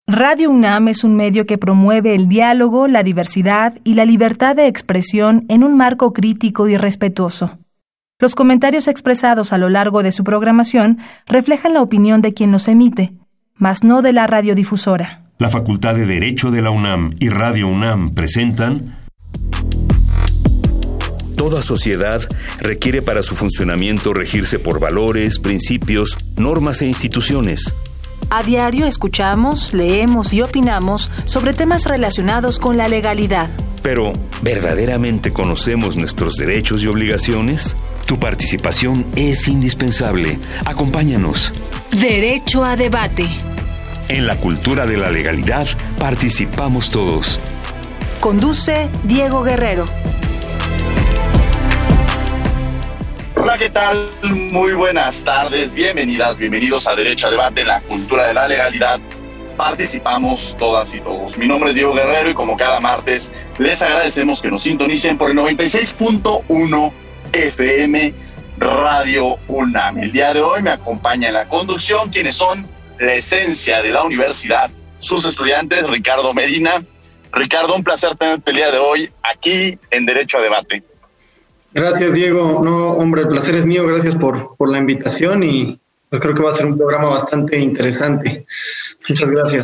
Radio UNAM es un medio que promueve el diálogo, la diversidad y la libertad de expresión en un marco crítico y respetuoso. Los comentarios expresados a lo largo de su programación reflejan la opinión de quien los emite, mas no de la radiodifusora. La Facultad de Derecho de la UNAM y Radio UNAM presentan... Toda sociedad requiere para su funcionamiento regirse por valores, principios, normas e instituciones. A diario escuchamos, leemos y opinamos sobre temas relacionados con la legalidad. Pero, ¿verdaderamente conocemos nuestros derechos y obligaciones? Tu participación es indispensable. Acompáñanos. Derecho a debate. En la cultura de la legalidad participamos todos. Conduce Diego Guerrero. Hola, ¿qué tal? Muy buenas tardes, bienvenidas, bienvenidos a Derecho a Debate en la cultura de la legalidad. Participamos todas y todos. Mi nombre es Diego Guerrero y como cada martes les agradecemos que nos sintonicen por el 96.1 FM Radio UNAM. El día de hoy me acompaña en la conducción quienes son la esencia de la universidad, sus estudiantes, Ricardo Medina. Ricardo, un placer tenerte el día de hoy aquí en Derecho a Debate. Gracias, Diego. No, hombre, el placer es mío. Gracias por la invitación y pues creo que va a ser un programa bastante interesante. Muchas gracias.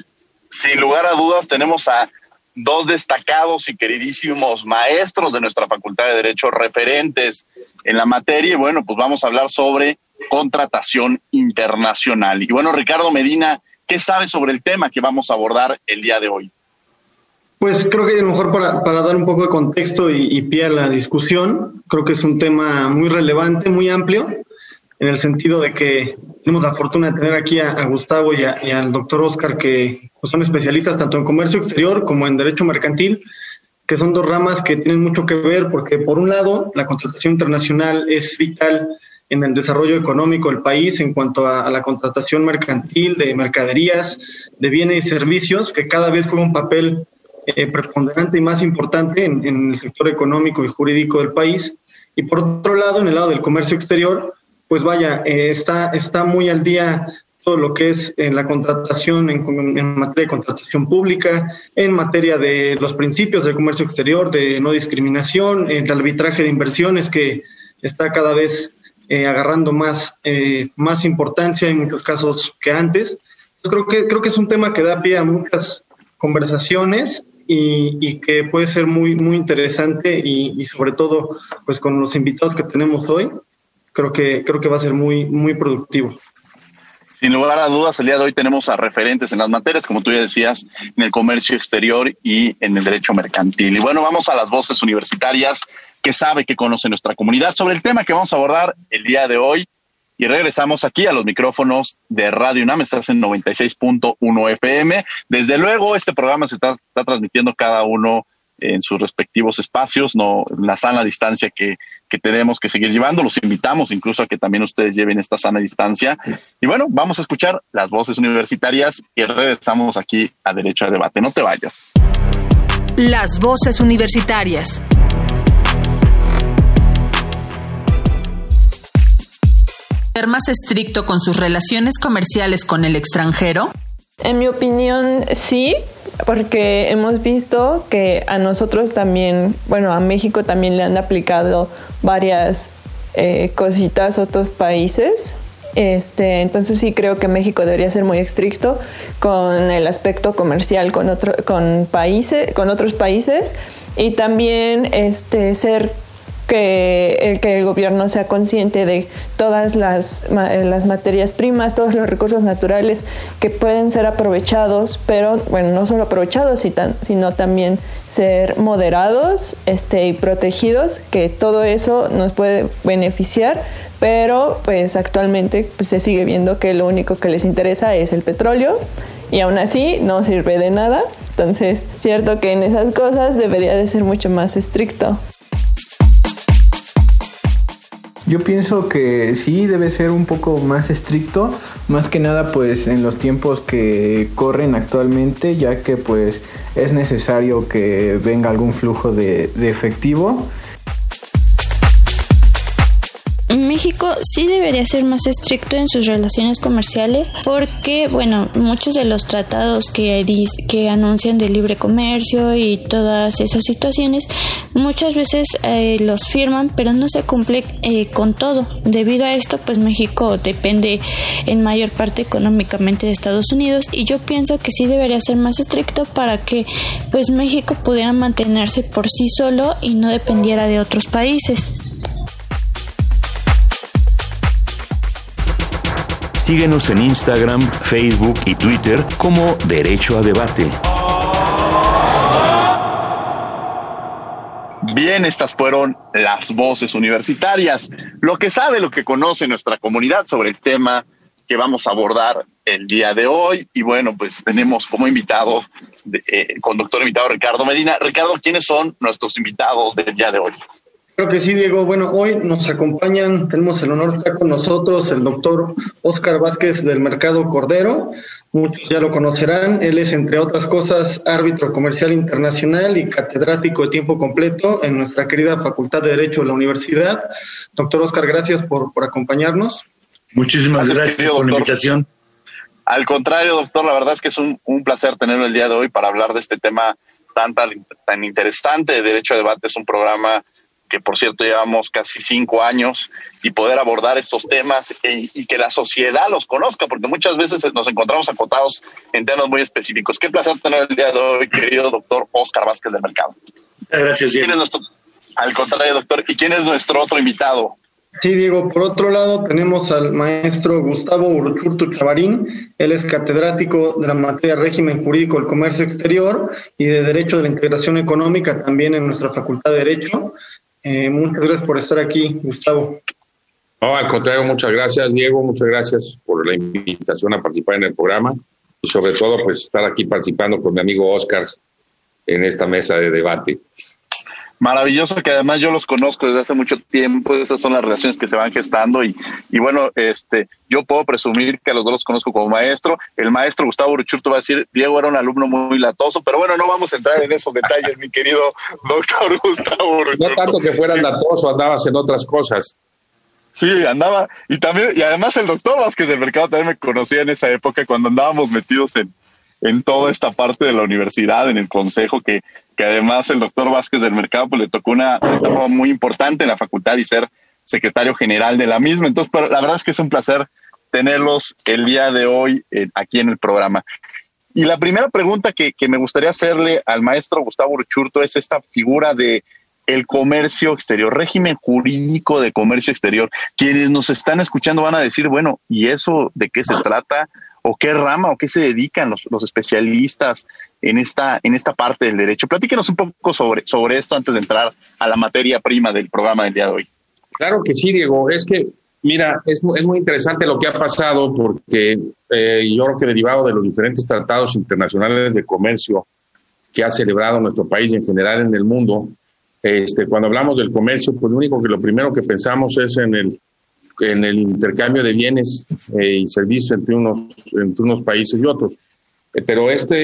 Sin lugar a dudas, tenemos a dos destacados y queridísimos maestros de nuestra Facultad de Derecho, referentes en la materia. Y bueno, pues vamos a hablar sobre contratación internacional. Y bueno, Ricardo Medina, ¿qué sabes sobre el tema que vamos a abordar el día de hoy? Pues creo que a lo mejor para dar un poco de contexto y pie a la discusión, creo que es un tema muy relevante, muy amplio, en el sentido de que tenemos la fortuna de tener aquí a Gustavo y al doctor Oscar, que pues, son especialistas tanto en comercio exterior como en derecho mercantil, que son dos ramas que tienen mucho que ver, porque por un lado la contratación internacional es vital en el desarrollo económico del país en cuanto a la contratación mercantil de mercaderías, de bienes y servicios, que cada vez juega un papel preponderante y más importante en el sector económico y jurídico del país. Y por otro lado, en el lado del comercio exterior, pues vaya, está muy al día todo lo que es la contratación en materia de contratación pública, en materia de los principios del comercio exterior, de no discriminación, el arbitraje de inversiones que está cada vez agarrando más importancia en muchos casos que antes. Pues creo que es un tema que da pie a muchas conversaciones y que puede ser muy, muy interesante y sobre todo pues con los invitados que tenemos hoy, creo que va a ser muy, muy productivo. Sin lugar a dudas, el día de hoy tenemos a referentes en las materias, como tú ya decías, en el comercio exterior y en el derecho mercantil. Y bueno, vamos a las voces universitarias que sabe, que conoce nuestra comunidad sobre el tema que vamos a abordar el día de hoy. Y regresamos aquí a los micrófonos de Radio UNAM. Estás en 96.1 FM. Desde luego, este programa se está transmitiendo cada uno en sus respectivos espacios, no la sana distancia que tenemos que seguir llevando. Los invitamos incluso a que también ustedes lleven esta sana distancia. Y bueno, vamos a escuchar las voces universitarias y regresamos aquí a Derecho a Debate. No te vayas. Las voces universitarias. ¿Ser más estricto con sus relaciones comerciales con el extranjero? En mi opinión, sí, porque hemos visto que a nosotros también, a México también le han aplicado varias cositas a otros países. Entonces sí creo que México debería ser muy estricto con el aspecto comercial con otros países y también ser que el gobierno sea consciente de todas las materias primas, todos los recursos naturales que pueden ser aprovechados, pero no solo aprovechados, sino también ser moderados y protegidos, que todo eso nos puede beneficiar, pero pues actualmente pues, se sigue viendo que lo único que les interesa es el petróleo y aún así no sirve de nada. Entonces, cierto que en esas cosas debería de ser mucho más estricto. Yo pienso que sí debe ser un poco más estricto, más que nada pues en los tiempos que corren actualmente, ya que pues es necesario que venga algún flujo de efectivo. México sí debería ser más estricto en sus relaciones comerciales porque, bueno, muchos de los tratados que anuncian de libre comercio y todas esas situaciones, muchas veces los firman, pero no se cumple con todo. Debido a esto, pues México depende en mayor parte económicamente de Estados Unidos, y yo pienso que sí debería ser más estricto para que pues México pudiera mantenerse por sí solo y no dependiera de otros países. Síguenos en Instagram, Facebook y Twitter como Derecho a Debate. Bien, estas fueron las voces universitarias, lo que sabe, lo que conoce nuestra comunidad sobre el tema que vamos a abordar el día de hoy. Y bueno, pues tenemos como invitado, conductor invitado, Ricardo Medina. Ricardo, ¿quiénes son nuestros invitados del día de hoy? Creo que sí, Diego. Bueno, hoy nos acompañan, tenemos el honor de estar con nosotros el doctor Óscar Vázquez del Mercado Cordero. Muchos ya lo conocerán. Él es, entre otras cosas, árbitro comercial internacional y catedrático de tiempo completo en nuestra querida Facultad de Derecho de la Universidad. Doctor Óscar, gracias por acompañarnos. Muchísimas gracias por la invitación. Al contrario, doctor, la verdad es que es un placer tenerlo el día de hoy para hablar de este tema tan interesante. Derecho a Debate es un programa que, por cierto, llevamos casi 5 años, y poder abordar estos temas y que la sociedad los conozca, porque muchas veces nos encontramos acotados en temas muy específicos. Qué placer tener el día de hoy, querido doctor Óscar Vázquez del Mercado. Gracias, Diego. Al contrario, doctor, ¿y quién es nuestro otro invitado? Sí, Diego, por otro lado tenemos al maestro Gustavo Uruchurtu Chavarín. Él es catedrático de la materia Régimen Jurídico del Comercio Exterior y de Derecho de la Integración Económica también en nuestra Facultad de Derecho. Muchas gracias por estar aquí, Gustavo. No, al contrario, muchas gracias, Diego, muchas gracias por la invitación a participar en el programa y sobre todo pues estar aquí participando con mi amigo Óscar en esta mesa de debate. Maravilloso, que además yo los conozco desde hace mucho tiempo. Esas son las relaciones que se van gestando y bueno, yo puedo presumir que a los dos los conozco como maestro. El maestro Gustavo Uruchurtu va a decir, Diego era un alumno muy latoso, pero bueno, no vamos a entrar en esos detalles, mi querido doctor Gustavo Uruchurtu. No tanto que fueras latoso, andabas en otras cosas. Sí, andaba, y además el doctor Vázquez del Mercado también me conocía en esa época cuando andábamos metidos en toda esta parte de la universidad, en el consejo, que además el doctor Vázquez del Mercado pues le tocó una etapa muy importante en la facultad y ser secretario general de la misma. Entonces, pero la verdad es que es un placer tenerlos el día de hoy aquí en el programa. Y la primera pregunta que me gustaría hacerle al maestro Gustavo Uruchurtu es esta figura de el comercio exterior, régimen jurídico de comercio exterior. Quienes nos están escuchando van a decir, bueno, ¿y eso de qué se trata? ¿O qué rama o qué se dedican los especialistas en esta parte del derecho? Platíquenos un poco sobre esto antes de entrar a la materia prima del programa del día de hoy. Claro que sí, Diego. Es que, mira, es muy interesante lo que ha pasado porque yo creo que derivado de los diferentes tratados internacionales de comercio que ha celebrado nuestro país y en general en el mundo, cuando hablamos del comercio, pues lo primero que pensamos es en el intercambio de bienes y servicios entre unos países y otros. Pero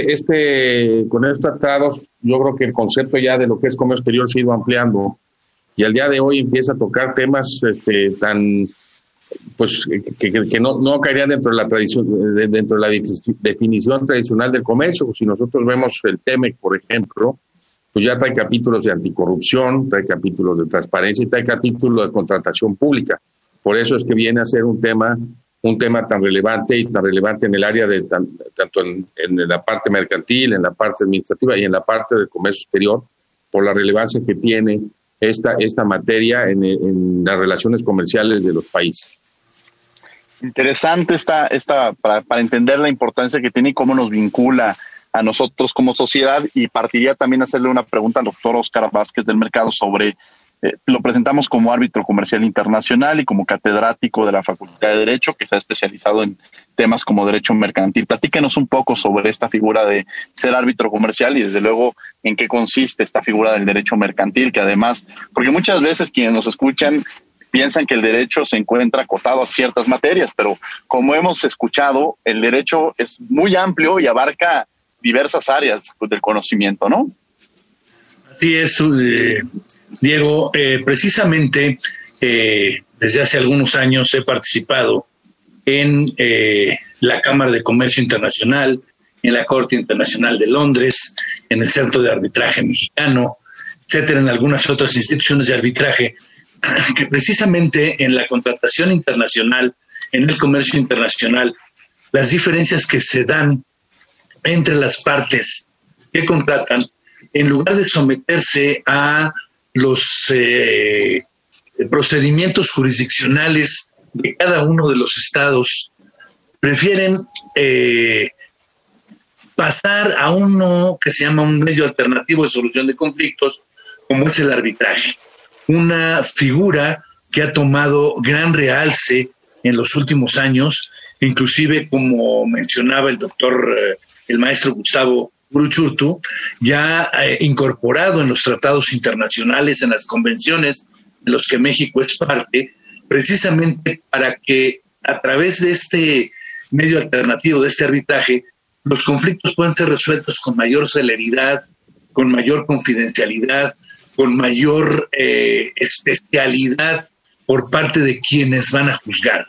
con estos tratados, yo creo que el concepto ya de lo que es comercio exterior se ha ido ampliando y al día de hoy empieza a tocar temas tan, pues, que no caerían dentro de la tradición, dentro de la definición tradicional del comercio. Si nosotros vemos el TEMEC, por ejemplo, pues ya trae capítulos de anticorrupción, trae capítulos de transparencia y trae capítulos de contratación pública. Por eso es que viene a ser un tema tan relevante y tan relevante en el área de tanto en la parte mercantil, en la parte administrativa y en la parte del comercio exterior, por la relevancia que tiene esta materia en las relaciones comerciales de los países. Interesante para entender la importancia que tiene y cómo nos vincula a nosotros como sociedad, y partiría también a hacerle una pregunta al doctor Óscar Vázquez del Mercado sobre, lo presentamos como árbitro comercial internacional y como catedrático de la Facultad de Derecho, que se ha especializado en temas como derecho mercantil. Platíquenos un poco sobre esta figura de ser árbitro comercial y desde luego en qué consiste esta figura del derecho mercantil, que además, porque muchas veces quienes nos escuchan piensan que el derecho se encuentra acotado a ciertas materias, pero como hemos escuchado, el derecho es muy amplio y abarca diversas áreas del conocimiento, ¿no? Así es, Diego. Precisamente desde hace algunos años he participado en la Cámara de Comercio Internacional, en la Corte Internacional de Londres, en el Centro de Arbitraje Mexicano, etcétera, en algunas otras instituciones de arbitraje, que precisamente en la contratación internacional, en el comercio internacional, las diferencias que se dan entre las partes que contratan, en lugar de someterse a los procedimientos jurisdiccionales de cada uno de los estados, prefieren pasar a uno que se llama un medio alternativo de solución de conflictos, como es el arbitraje. Una figura que ha tomado gran realce en los últimos años, inclusive, como mencionaba el maestro Gustavo Uruchurtu, ya incorporado en los tratados internacionales, en las convenciones de los que México es parte, precisamente para que a través de este medio alternativo, de este arbitraje, los conflictos puedan ser resueltos con mayor celeridad, con mayor confidencialidad, con mayor especialidad por parte de quienes van a juzgar.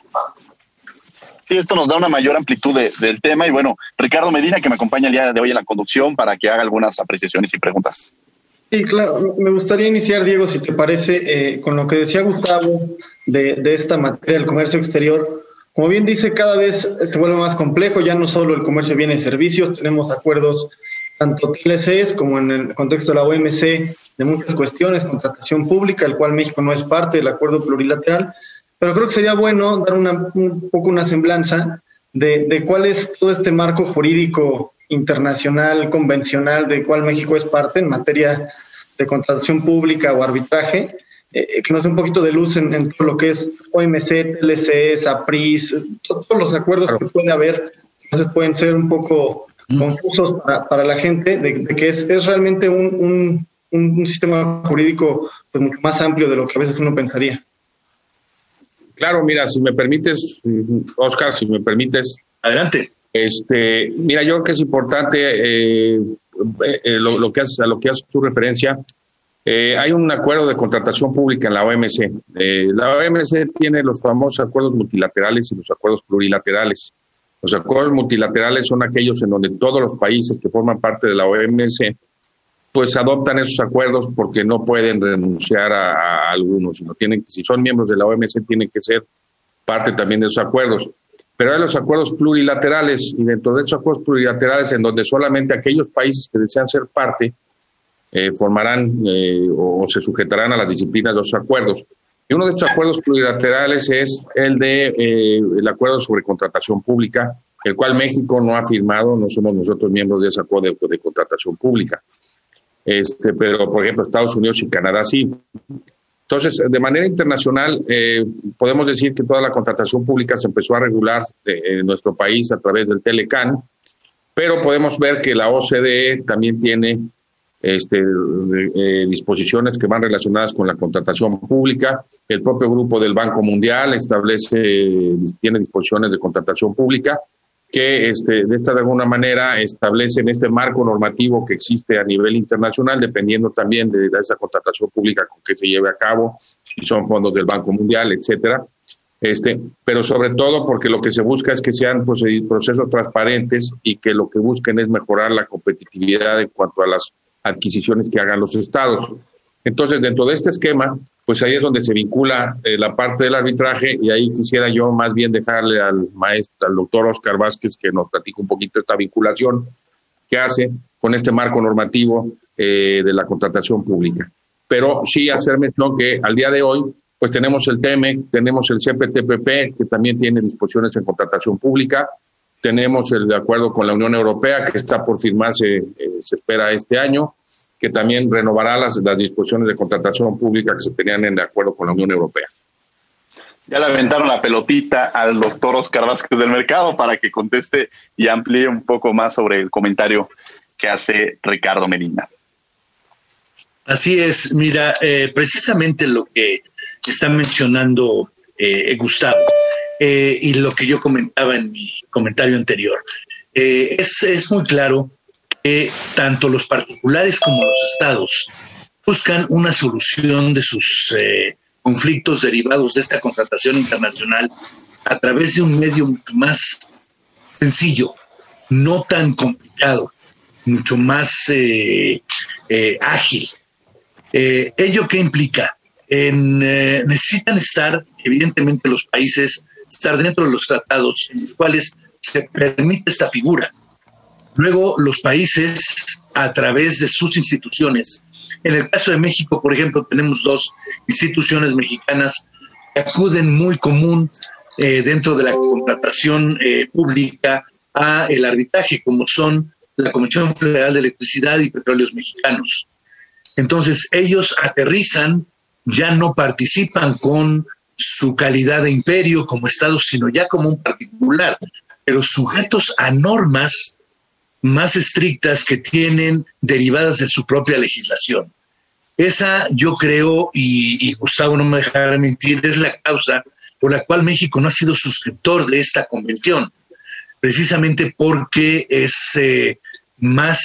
Sí, esto nos da una mayor amplitud del tema. Y bueno, Ricardo Medina, que me acompaña el día de hoy en la conducción para que haga algunas apreciaciones y preguntas. Sí, claro. Me gustaría iniciar, Diego, si te parece, con lo que decía Gustavo de esta materia del comercio exterior. Como bien dice, cada vez se vuelve más complejo, ya no solo el comercio de bienes y servicios, tenemos acuerdos tanto TLCs como en el contexto de la OMC de muchas cuestiones, contratación pública, el cual México no es parte del acuerdo plurilateral, pero creo que sería bueno dar un poco una semblanza de cuál es todo este marco jurídico internacional, convencional, de cuál México es parte en materia de contratación pública o arbitraje, que nos dé un poquito de luz en todo lo que es OMC, TLC, APRIS, todos los acuerdos que puede haber. Entonces pueden ser un poco confusos para la gente, de que es realmente un sistema jurídico pues mucho más amplio de lo que a veces uno pensaría. Claro, mira, si me permites, Oscar, si me permites. Adelante. Mira, yo creo que es importante a lo que haces tu referencia. Hay un acuerdo de contratación pública en la OMC. La OMC tiene los famosos acuerdos multilaterales y los acuerdos plurilaterales. Los acuerdos multilaterales son aquellos en donde todos los países que forman parte de la OMC pues adoptan esos acuerdos porque no pueden renunciar a algunos, sino si son miembros de la OMC tienen que ser parte también de esos acuerdos. Pero hay los acuerdos plurilaterales, y dentro de esos acuerdos plurilaterales en donde solamente aquellos países que desean ser parte formarán o se sujetarán a las disciplinas de los acuerdos. Y uno de estos acuerdos plurilaterales es el acuerdo sobre contratación pública, el cual México no ha firmado, no somos nosotros miembros de ese acuerdo de contratación pública. Pero, por ejemplo, Estados Unidos y Canadá sí. Entonces, de manera internacional, podemos decir que toda la contratación pública se empezó a regular en nuestro país a través del Telecan, pero podemos ver que la OCDE también tiene disposiciones que van relacionadas con la contratación pública. El propio grupo del Banco Mundial tiene disposiciones de contratación pública que de alguna manera establecen este marco normativo que existe a nivel internacional, dependiendo también de esa contratación pública con que se lleve a cabo, si son fondos del Banco Mundial, etcétera. Pero sobre todo porque lo que se busca es que sean procesos transparentes y que lo que busquen es mejorar la competitividad en cuanto a las adquisiciones que hagan los estados. Entonces, dentro de este esquema, pues ahí es donde se vincula la parte del arbitraje, y ahí quisiera yo más bien dejarle al doctor Oscar Vázquez que nos platique un poquito esta vinculación que hace con este marco normativo de la contratación pública. Pero sí hacer mención que al día de hoy, pues tenemos el TEMEC, tenemos el CPTPP, que también tiene disposiciones en contratación pública, tenemos el acuerdo con la Unión Europea, que está por firmarse, se espera este año, que también renovará las disposiciones de contratación pública que se tenían en acuerdo con la Unión Europea. Ya le aventaron la pelotita al doctor Oscar Vázquez del Mercado para que conteste y amplíe un poco más sobre el comentario que hace Ricardo Medina. Así es, mira, precisamente lo que está mencionando Gustavo y lo que yo comentaba en mi comentario anterior, es muy claro que tanto los particulares como los estados buscan una solución de sus conflictos derivados de esta contratación internacional a través de un medio mucho más sencillo, no tan complicado, mucho más ágil. ¿Ello qué implica? Necesitan estar, evidentemente, los países, estar dentro de los tratados en los cuales se permite esta figura. Luego, los países, a través de sus instituciones, en el caso de México, por ejemplo, tenemos 2 instituciones mexicanas que acuden muy común dentro de la contratación pública a el arbitraje, como son la Comisión Federal de Electricidad y Petróleos Mexicanos. Entonces, ellos aterrizan, ya no participan con su calidad de imperio como Estado, sino ya como un particular, pero sujetos a normas más estrictas que tienen derivadas de su propia legislación. Esa, yo creo, y Gustavo no me dejará mentir, es la causa por la cual México no ha sido suscriptor de esta convención, precisamente porque es más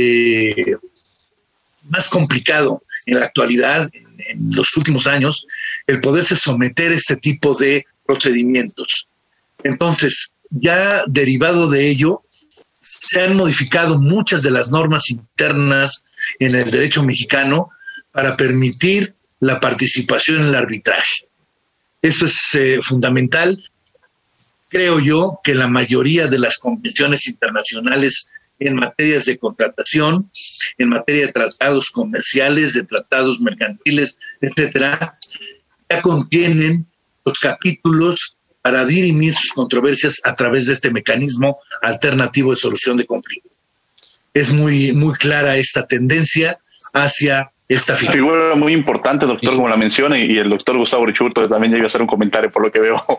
complicado en la actualidad, en los últimos años, el poderse someter a este tipo de procedimientos. Entonces, ya derivado de ello, se han modificado muchas de las normas internas en el derecho mexicano para permitir la participación en el arbitraje. Eso es fundamental. Creo yo que la mayoría de las convenciones internacionales en materias de contratación, en materia de tratados comerciales, de tratados mercantiles, etcétera, ya contienen los capítulos para dirimir sus controversias a través de este mecanismo alternativo de solución de conflicto. Es muy, muy clara esta tendencia hacia esta figura muy importante, doctor, como la menciona, y el doctor Gustavo Richurto también llega a hacer un comentario por lo que veo.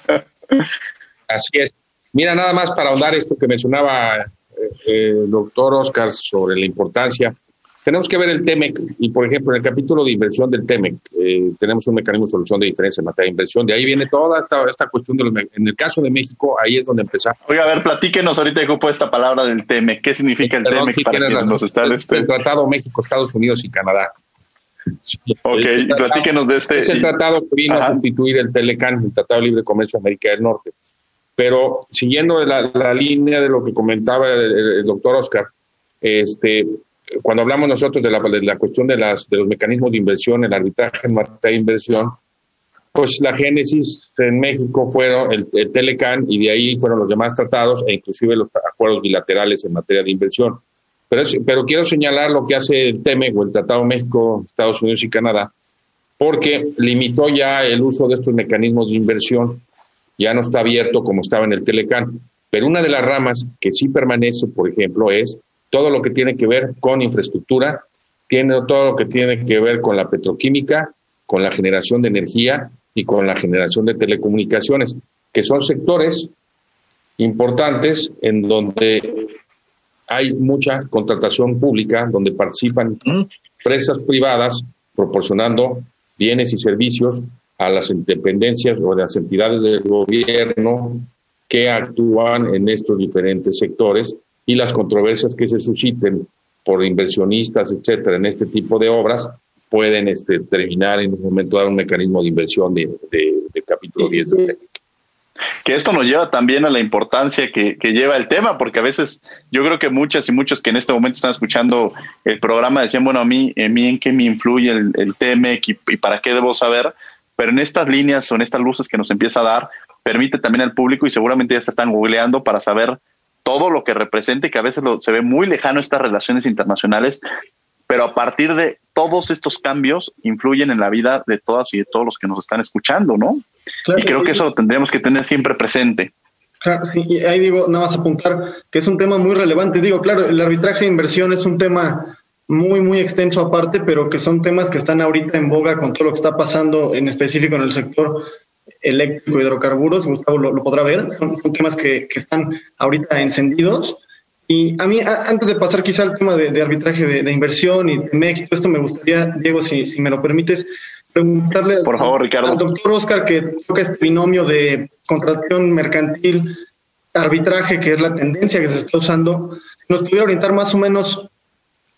Así es. Mira, nada más para ahondar esto que mencionaba el doctor Oscar sobre la importancia. Tenemos que ver el TEMEC, y por ejemplo, en el capítulo de inversión del TEMEC, tenemos un mecanismo de solución de diferencia en materia de inversión. De ahí viene toda esta cuestión en el caso de México, ahí es donde empezamos. Oiga, a ver, platíquenos ahorita que ocupo esta palabra del TEMEC. ¿Qué significa el TEMEC? Para quienes nos están el Tratado México, Estados Unidos y Canadá. Ok, platíquenos de este. Es el tratado que vino a sustituir el TELECAN, el Tratado de Libre Comercio de América del Norte. Pero siguiendo la línea de lo que comentaba el doctor Oscar, cuando hablamos nosotros de la cuestión de los mecanismos de inversión, el arbitraje en materia de inversión, pues la génesis en México fueron el TELECAN, y de ahí fueron los demás tratados e inclusive los acuerdos bilaterales en materia de inversión. Pero quiero señalar lo que hace el TEMEC o el Tratado México, Estados Unidos y Canadá, porque limitó ya el uso de estos mecanismos de inversión. Ya no está abierto como estaba en el TELECAN. Pero una de las ramas que sí permanece, por ejemplo, es todo lo que tiene que ver con infraestructura, todo lo que tiene que ver con la petroquímica, con la generación de energía y con la generación de telecomunicaciones, que son sectores importantes en donde hay mucha contratación pública, donde participan empresas privadas proporcionando bienes y servicios a las dependencias o las entidades del gobierno que actúan en estos diferentes sectores, y las controversias que se susciten por inversionistas, etcétera, en este tipo de obras, pueden terminar en un momento dado un mecanismo de inversión de capítulo 10 de TEMEC. Que esto nos lleva también a la importancia que lleva el tema, porque a veces yo creo que muchas y muchos que en este momento están escuchando el programa decían, bueno, a mí en qué me influye el TEMEC y para qué debo saber, pero en estas líneas o en estas luces que nos empieza a dar, permite también al público, y seguramente ya se están googleando para saber todo lo que representa, y que a veces se ve muy lejano estas relaciones internacionales, pero a partir de todos estos cambios influyen en la vida de todas y de todos los que nos están escuchando, ¿no? Claro, y creo que eso lo tendríamos que tener siempre presente. Claro, y ahí digo, nada más apuntar que es un tema muy relevante. Digo, claro, el arbitraje de inversión es un tema muy, muy extenso aparte, pero que son temas que están ahorita en boga con todo lo que está pasando en específico en el sector eléctrico, hidrocarburos. Gustavo lo podrá ver, son temas que están ahorita encendidos. Y a mí, antes de pasar quizá al tema de arbitraje de inversión y de México, esto me gustaría, Diego, si me lo permites, preguntarle por favor, Ricardo, al doctor Oscar, que toca este binomio de contratación mercantil, arbitraje, que es la tendencia que se está usando, nos pudiera orientar más o menos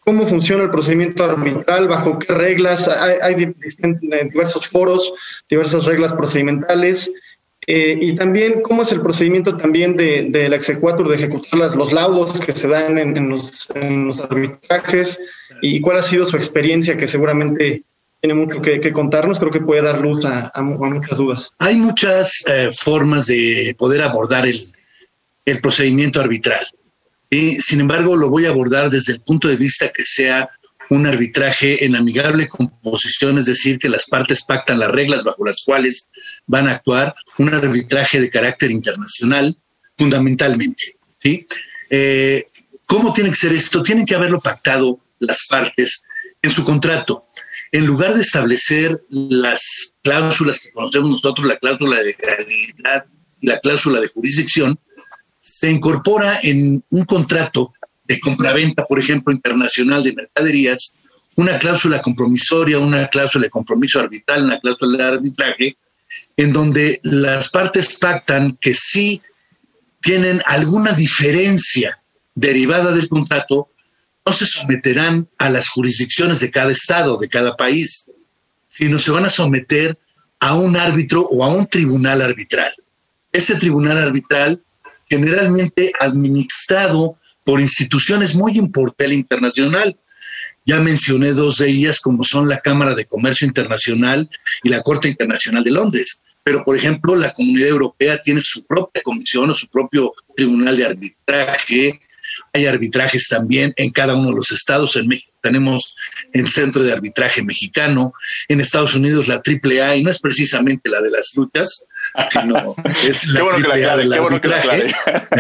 cómo funciona el procedimiento arbitral, bajo qué reglas, hay diversos foros, diversas reglas procedimentales, y también cómo es el procedimiento también de la exequatur de ejecutar los laudos que se dan en los arbitrajes, y cuál ha sido su experiencia, que seguramente tiene mucho que contarnos. Creo que puede dar luz a muchas dudas. Hay muchas formas de poder abordar el procedimiento arbitral. Sin embargo, lo voy a abordar desde el punto de vista que sea un arbitraje en amigable composición, es decir, que las partes pactan las reglas bajo las cuales van a actuar, un arbitraje de carácter internacional, fundamentalmente, ¿sí? ¿Cómo tiene que ser esto? Tienen que haberlo pactado las partes en su contrato. En lugar de establecer las cláusulas que conocemos nosotros, la cláusula de legalidad y la cláusula de jurisdicción, se incorpora en un contrato de compraventa, por ejemplo, internacional de mercaderías, una cláusula compromisoria, una cláusula de compromiso arbitral, una cláusula de arbitraje, en donde las partes pactan que si tienen alguna diferencia derivada del contrato, no se someterán a las jurisdicciones de cada estado, de cada país, sino se van a someter a un árbitro o a un tribunal arbitral. Este tribunal arbitral, generalmente administrado por instituciones muy importantes a nivel internacional. Ya mencioné dos de ellas, como son la Cámara de Comercio Internacional y la Corte Internacional de Londres. Pero, por ejemplo, la Comunidad Europea tiene su propia comisión o su propio tribunal de arbitraje. Hay arbitrajes también en cada uno de los estados. En México tenemos el Centro de Arbitraje Mexicano. En Estados Unidos la AAA, y no es precisamente la de las luchas, sino es la AAA del arbitraje.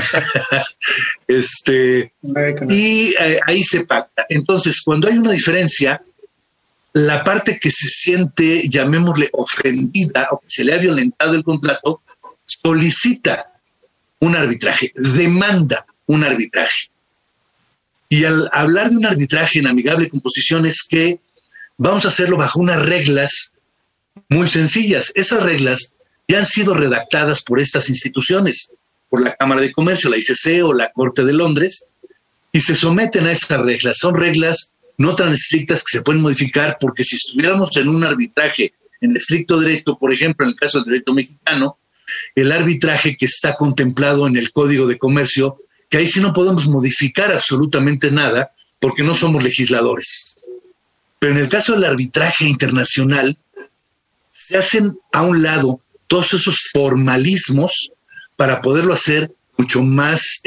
Y ahí se pacta. Entonces, cuando hay una diferencia, la parte que se siente, llamémosle, ofendida o que se le ha violentado el contrato, solicita un arbitraje, demanda un arbitraje. Y al hablar de un arbitraje en amigable composición es que vamos a hacerlo bajo unas reglas muy sencillas. Esas reglas ya han sido redactadas por estas instituciones, por la Cámara de Comercio, la ICC o la Corte de Londres, y se someten a esas reglas. Son reglas no tan estrictas que se pueden modificar, porque si estuviéramos en un arbitraje en estricto derecho, por ejemplo, en el caso del derecho mexicano, el arbitraje que está contemplado en el Código de Comercio, que ahí sí no podemos modificar absolutamente nada porque no somos legisladores. Pero en el caso del arbitraje internacional, se hacen a un lado todos esos formalismos para poderlo hacer mucho más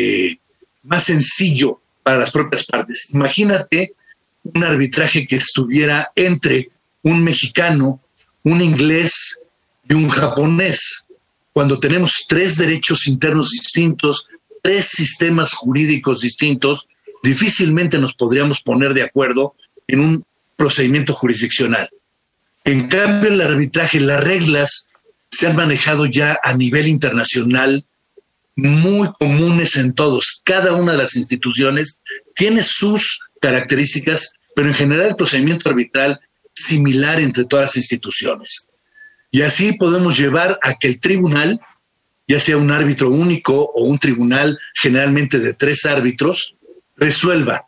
sencillo para las propias partes. Imagínate un arbitraje que estuviera entre un mexicano, un inglés y un japonés, cuando tenemos tres derechos internos distintos, tres sistemas jurídicos distintos, difícilmente nos podríamos poner de acuerdo en un procedimiento jurisdiccional. En cambio, el arbitraje, las reglas se han manejado ya a nivel internacional, muy comunes en todos. Cada una de las instituciones tiene sus características, pero en general el procedimiento arbitral es similar entre todas las instituciones. Y así podemos llevar a que el tribunal, ya sea un árbitro único o un tribunal generalmente de 3 árbitros, resuelva.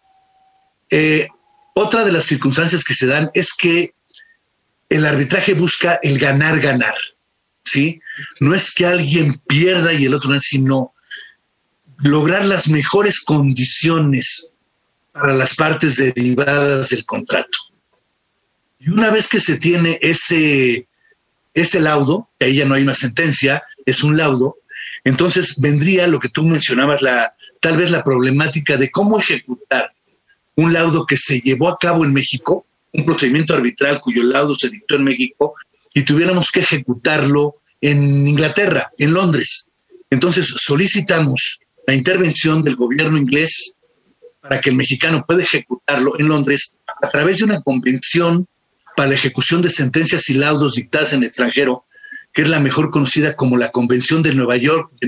Otra de las circunstancias que se dan es que el arbitraje busca el ganar-ganar, ¿sí? No es que alguien pierda y el otro no, sino lograr las mejores condiciones para las partes derivadas del contrato. Y una vez que se tiene ese laudo, que ahí ya no hay una sentencia, es un laudo, entonces vendría lo que tú mencionabas, tal vez la problemática de cómo ejecutar un laudo que se llevó a cabo en México, un procedimiento arbitral cuyo laudo se dictó en México, y tuviéramos que ejecutarlo en Inglaterra, en Londres. Entonces solicitamos la intervención del gobierno inglés para que el mexicano pueda ejecutarlo en Londres a través de una convención para la ejecución de sentencias y laudos dictadas en el extranjero, que es la mejor conocida como la Convención de Nueva York de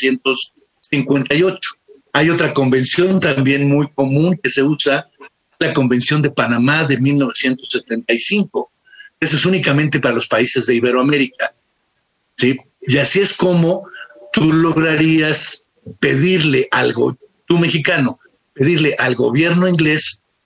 1958. Hay otra convención también muy común que se usa, la Convención de Panamá de 1975. Eso es únicamente para los países de Iberoamérica, ¿sí? Y así es como tú lograrías pedirle algo, tú mexicano, pedirle al gobierno inglés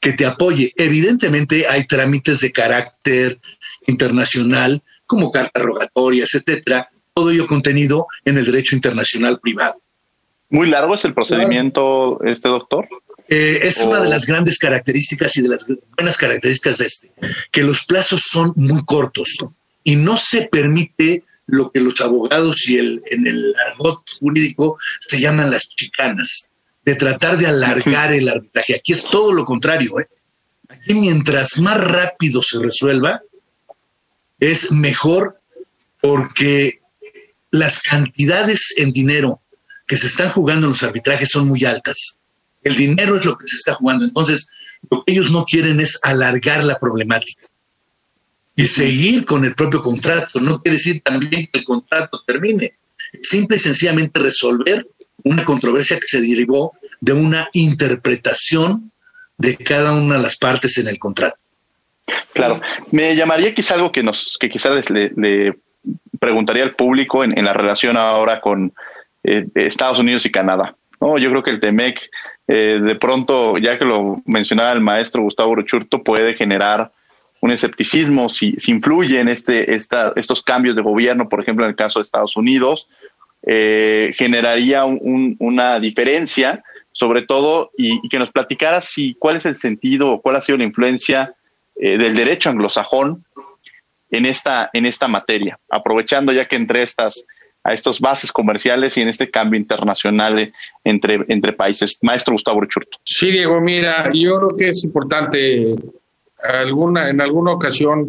que te apoye. Evidentemente hay trámites de carácter internacional, como cartas rogatorias, etcétera, todo ello contenido en el derecho internacional privado. ¿Muy largo es el procedimiento, doctor? Es una de las grandes características y de las buenas características de que los plazos son muy cortos y no se permite lo que los abogados y en el argot jurídico se llaman las chicanas, de tratar de alargar el arbitraje. Aquí es todo lo contrario, ¿eh? Aquí mientras más rápido se resuelva, es mejor, porque las cantidades en dinero que se están jugando en los arbitrajes son muy altas. El dinero es lo que se está jugando. Entonces, lo que ellos no quieren es alargar la problemática y seguir con el propio contrato. No quiere decir también que el contrato termine. Simple y sencillamente resolver una controversia que se derivó de una interpretación de cada una de las partes en el contrato. Claro. Me llamaría quizá algo que quizás le preguntaría al público en la relación ahora con Estados Unidos y Canadá. No, yo creo que el TEMEC, de pronto, ya que lo mencionaba el maestro Gustavo Uruchurtu, puede generar un escepticismo si influye en estos cambios de gobierno, por ejemplo, en el caso de Estados Unidos, generaría una diferencia, sobre todo, y que nos platicara cuál es el sentido o cuál ha sido la influencia del derecho anglosajón en esta materia, aprovechando ya que entre a estas bases comerciales y en este cambio internacional entre países. Maestro Gustavo Uruchurtu. Sí, Diego, mira, yo creo que es importante. En alguna ocasión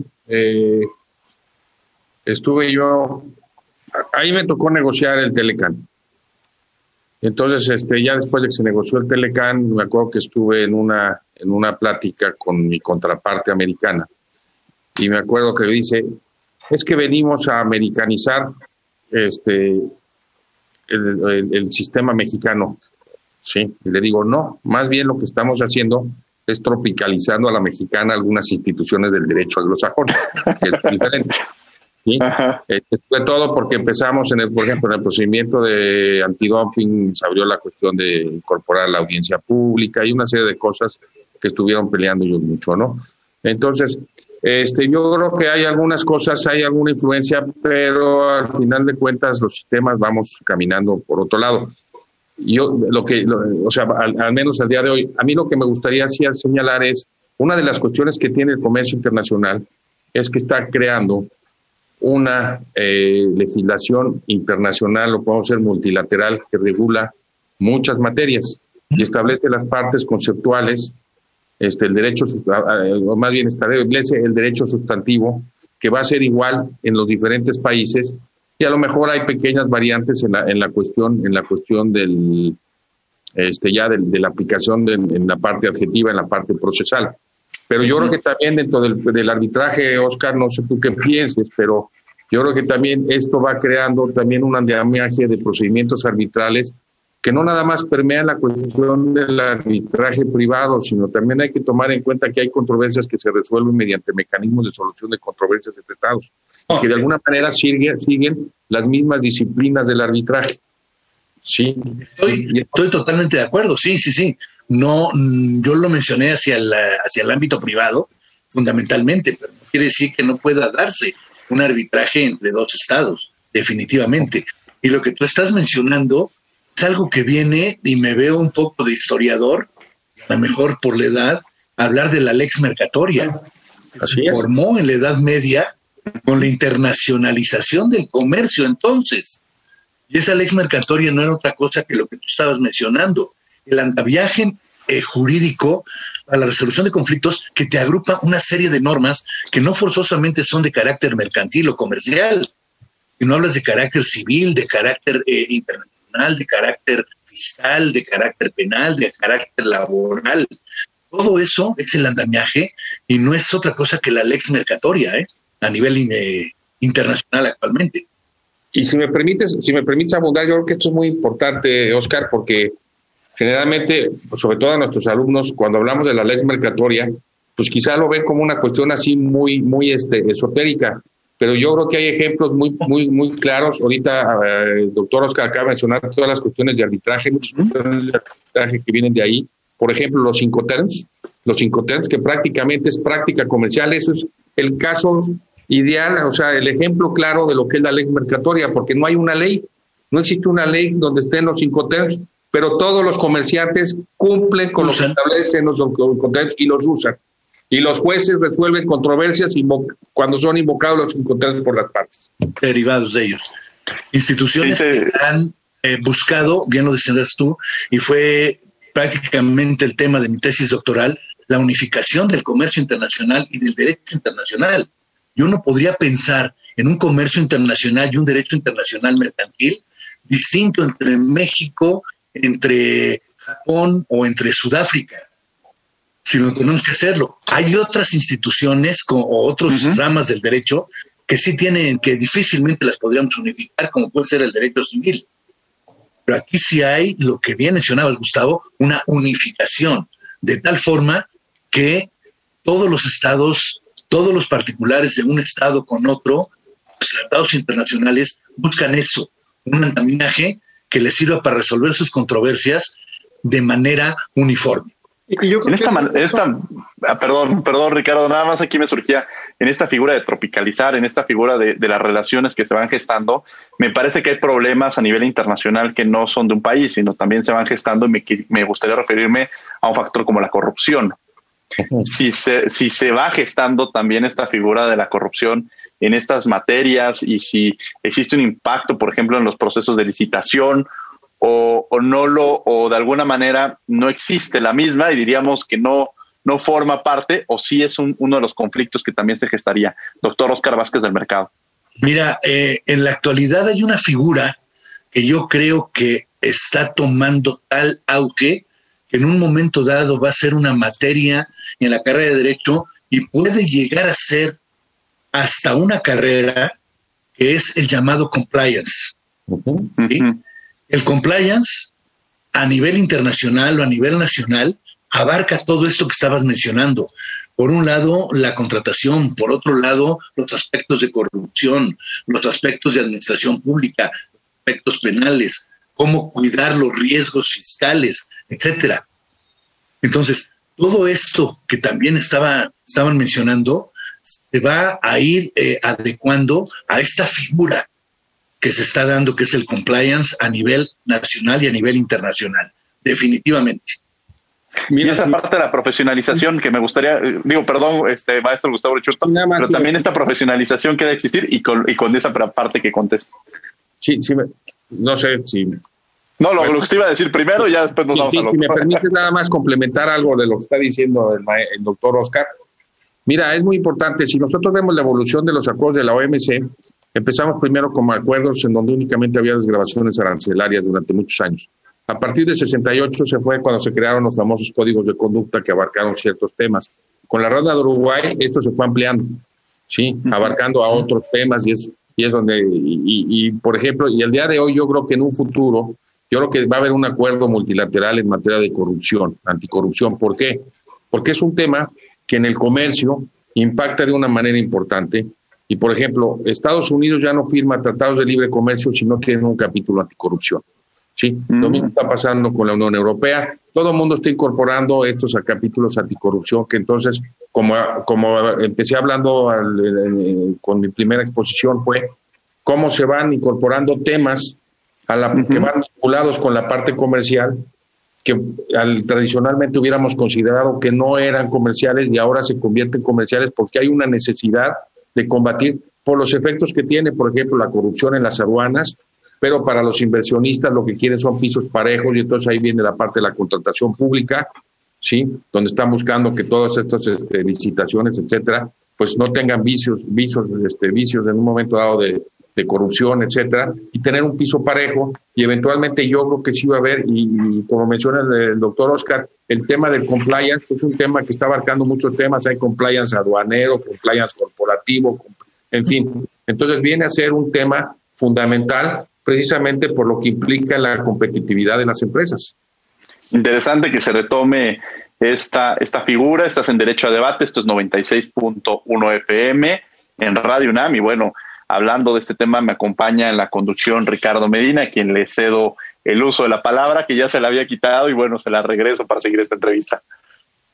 estuve yo, ahí me tocó negociar el Telecán. Entonces, ya después de que se negoció el Telecán, me acuerdo que estuve en una plática con mi contraparte americana. Y me acuerdo que dice, es que venimos a americanizar el sistema mexicano. Sí, y le digo, no, más bien lo que estamos haciendo es tropicalizando a la mexicana algunas instituciones del derecho anglosajón, que es diferente. ¿Sí? Sobre todo porque empezamos, por ejemplo, en el procedimiento de antidumping, se abrió la cuestión de incorporar la audiencia pública y una serie de cosas que estuvieron peleando ellos mucho, ¿no? Entonces, yo creo que hay algunas cosas, hay alguna influencia, pero al final de cuentas los sistemas vamos caminando por otro lado. Yo al menos al día de hoy, a mí lo que me gustaría señalar es, una de las cuestiones que tiene el comercio internacional es que está creando una legislación internacional, o podemos ser multilateral, que regula muchas materias y establece las partes conceptuales, el derecho, o más bien establece el derecho sustantivo, que va a ser igual en los diferentes países, y a lo mejor hay pequeñas variantes en la cuestión del de la aplicación en la parte adjetiva, en la parte procesal. Pero yo creo que también dentro del arbitraje, Oscar, no sé tú qué pienses, pero yo creo que también esto va creando también un andamiaje de procedimientos arbitrales que no nada más permean la cuestión del arbitraje privado, sino también hay que tomar en cuenta que hay controversias que se resuelven mediante mecanismos de solución de controversias entre estados, que de alguna manera siguen las mismas disciplinas del arbitraje. Sí. Estoy totalmente de acuerdo, sí. No, yo lo mencioné hacia el ámbito privado, fundamentalmente, pero no quiere decir que no pueda darse un arbitraje entre dos estados, definitivamente. Y lo que tú estás mencionando es algo que viene, y me veo un poco de historiador, a lo mejor por la edad, hablar de la lex mercatoria. Se formó en la Edad Media con la internacionalización del comercio entonces. Y esa lex mercatoria no era otra cosa que lo que tú estabas mencionando, el andamiaje jurídico a la resolución de conflictos que te agrupa una serie de normas que no forzosamente son de carácter mercantil o comercial, sino hablas de carácter civil, de carácter internacional, de carácter fiscal, de carácter penal, de carácter laboral. Todo eso es el andamiaje y no es otra cosa que la lex mercatoria, a nivel internacional actualmente. Y si me permites abundar, yo creo que esto es muy importante, Oscar, porque generalmente, sobre todo a nuestros alumnos, cuando hablamos de la lex mercatoria, pues quizá lo ven como una cuestión así muy esotérica, pero yo creo que hay ejemplos muy claros. Ahorita el doctor Oscar acaba de mencionar todas las cuestiones de arbitraje, muchas cuestiones de arbitraje que vienen de ahí. Por ejemplo, los Incoterms, los Incoterms, que prácticamente es práctica comercial. Eso es el caso ideal, o sea, el ejemplo claro de lo que es la lex mercatoria, porque no hay una ley, no existe una ley donde estén los Incoterms, pero todos los comerciantes cumplen con lo que establecen los Incoterms y los usan. Y los jueces resuelven controversias cuando son invocados los Incoterms por las partes. Derivados de ellos. Instituciones que han buscado, bien lo decías tú, y fue prácticamente el tema de mi tesis doctoral, la unificación del comercio internacional y del derecho internacional. Yo no podría pensar en un comercio internacional y un derecho internacional mercantil distinto entre México, entre Japón o entre Sudáfrica, sino que tenemos que hacerlo. Hay otras instituciones o otras ramas del derecho que sí tienen, que difícilmente las podríamos unificar, como puede ser el derecho civil. Pero aquí sí hay, lo que bien mencionabas, Gustavo, una unificación, de tal forma que todos los estados, todos los particulares de un estado con otro, los tratados internacionales buscan eso, un andamiaje que les sirva para resolver sus controversias de manera uniforme. Y yo perdón, Ricardo, nada más aquí me surgía en esta figura de tropicalizar, en esta figura de las relaciones que se van gestando. Me parece que hay problemas a nivel internacional que no son de un país, sino también se van gestando, y me gustaría referirme a un factor como la corrupción. Si se va gestando también esta figura de la corrupción en estas materias, y si existe un impacto, por ejemplo, en los procesos de licitación, o de alguna manera no existe la misma y diríamos que no forma parte, o sí es uno de los conflictos que también se gestaría. Doctor Óscar Vázquez del Mercado. Mira, en la actualidad hay una figura que yo creo que está tomando tal auge que en un momento dado va a ser una materia en la carrera de Derecho y puede llegar a ser hasta una carrera, que es el llamado compliance. ¿Sí? El compliance a nivel internacional o a nivel nacional abarca todo esto que estabas mencionando. Por un lado, la contratación, por otro lado, los aspectos de corrupción, los aspectos de administración pública, aspectos penales, cómo cuidar los riesgos fiscales, etcétera. Entonces, todo esto que también estaban mencionando se va a ir adecuando a esta figura que se está dando, que es el compliance a nivel nacional y a nivel internacional, definitivamente. Mira, esa parte de la profesionalización que me gustaría, maestro Gustavo Licurto, pero también esta profesionalización que debe existir y con esa parte que conteste. Sí, no sé si... No, lo que usted iba a decir primero y ya después nos vamos a lo Si me permites nada más complementar algo de lo que está diciendo el doctor Óscar. Mira, es muy importante, si nosotros vemos la evolución de los acuerdos de la OMC, empezamos primero como acuerdos en donde únicamente había desgravaciones arancelarias durante muchos años. A partir de 68 se fue cuando se crearon los famosos códigos de conducta que abarcaron ciertos temas. Con la Ronda de Uruguay esto se fue ampliando, ¿sí? Abarcando a otros temas y es donde, por ejemplo, y el día de hoy yo creo que en un futuro, yo creo que va a haber un acuerdo multilateral en materia de corrupción, anticorrupción. ¿Por qué? Porque es un tema que en el comercio impacta de una manera importante. Y, por ejemplo, Estados Unidos ya no firma tratados de libre comercio si no tienen un capítulo anticorrupción. ¿Sí? Lo mismo está pasando con la Unión Europea. Todo el mundo está incorporando estos a capítulos anticorrupción, que entonces, como empecé hablando con mi primera exposición, fue cómo se van incorporando temas que van vinculados con la parte comercial, que tradicionalmente hubiéramos considerado que no eran comerciales y ahora se convierten en comerciales porque hay una necesidad de combatir por los efectos que tiene, por ejemplo, la corrupción en las aduanas, pero para los inversionistas lo que quieren son pisos parejos y entonces ahí viene la parte de la contratación pública, ¿sí? Donde están buscando que todas estas licitaciones, etcétera, pues no tengan vicios en un momento dado de corrupción, etcétera, y tener un piso parejo, y eventualmente yo creo que sí va a haber, y como menciona el doctor Óscar, el tema del compliance es un tema que está abarcando muchos temas, hay compliance aduanero, compliance corporativo, en fin, entonces viene a ser un tema fundamental precisamente por lo que implica la competitividad de las empresas. Interesante que se retome esta figura. Estás en Derecho a Debate, esto es 96.1 FM en Radio UNAM, y bueno, hablando de este tema me acompaña en la conducción Ricardo Medina, a quien le cedo el uso de la palabra, que ya se la había quitado, y bueno, se la regreso para seguir esta entrevista.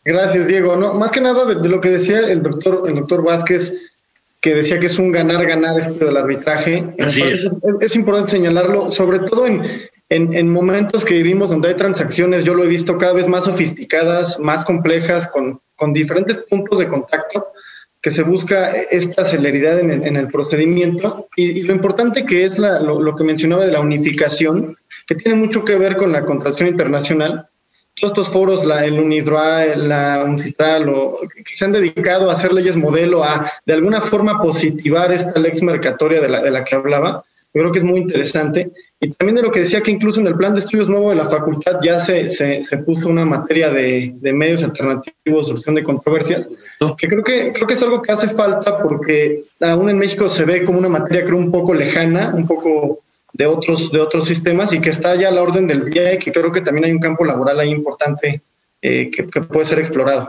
Gracias, Diego. No, más que nada de lo que decía el doctor Vázquez, que decía que es un ganar-ganar esto del arbitraje. Así es importante señalarlo, sobre todo en momentos que vivimos donde hay transacciones, yo lo he visto cada vez más sofisticadas, más complejas, con diferentes puntos de contacto, que se busca esta celeridad en el procedimiento. Y lo importante que es lo que mencionaba de la unificación, que tiene mucho que ver con la contratación internacional. Todos estos foros, el UNIDROIT, la UNCITRAL, que se han dedicado a hacer leyes modelo, a de alguna forma positivar esta lex mercatoria de la que hablaba, yo creo que es muy interesante. Y también de lo que decía que incluso en el plan de estudios nuevo de la facultad ya se puso una materia de medios alternativos, solución de controversias, que creo que es algo que hace falta porque aún en México se ve como una materia creo un poco lejana, un poco de otros sistemas y que está ya a la orden del día y que creo que también hay un campo laboral ahí importante que puede ser explorado.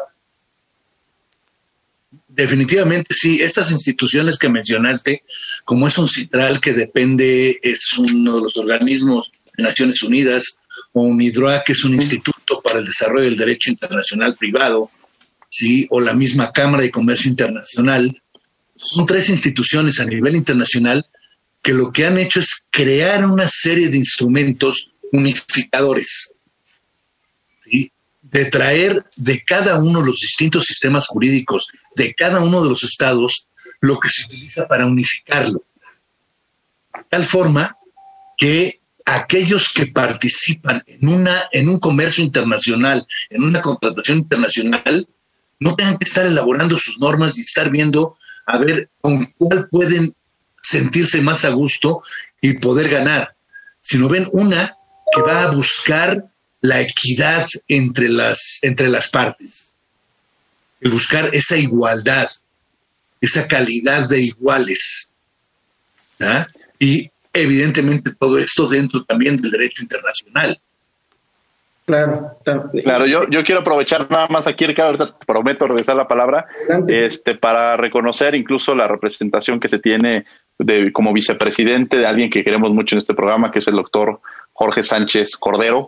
Definitivamente sí, estas instituciones que mencionaste, como es UNCITRAL, que depende, es uno de los organismos de Naciones Unidas, o UNIDROIT, que es un instituto para el desarrollo del derecho internacional privado, ¿sí? O la misma Cámara de Comercio Internacional, son 3 instituciones a nivel internacional que lo que han hecho es crear una serie de instrumentos unificadores, ¿sí? De traer de cada uno de los distintos sistemas jurídicos de cada uno de los estados lo que se utiliza para unificarlo. De tal forma que aquellos que participan en un comercio internacional, en una contratación internacional, no tengan que estar elaborando sus normas y estar viendo a ver con cuál pueden sentirse más a gusto y poder ganar, sino ven una que va a buscar la equidad entre las partes, el buscar esa igualdad, esa calidad de iguales, ¿ah? Y evidentemente todo esto dentro también del derecho internacional. Claro. Claro, yo quiero aprovechar nada más aquí, Ricardo, ahorita te prometo regresar la palabra, para reconocer incluso la representación que se tiene como vicepresidente de alguien que queremos mucho en este programa, que es el doctor Jorge Sánchez Cordero,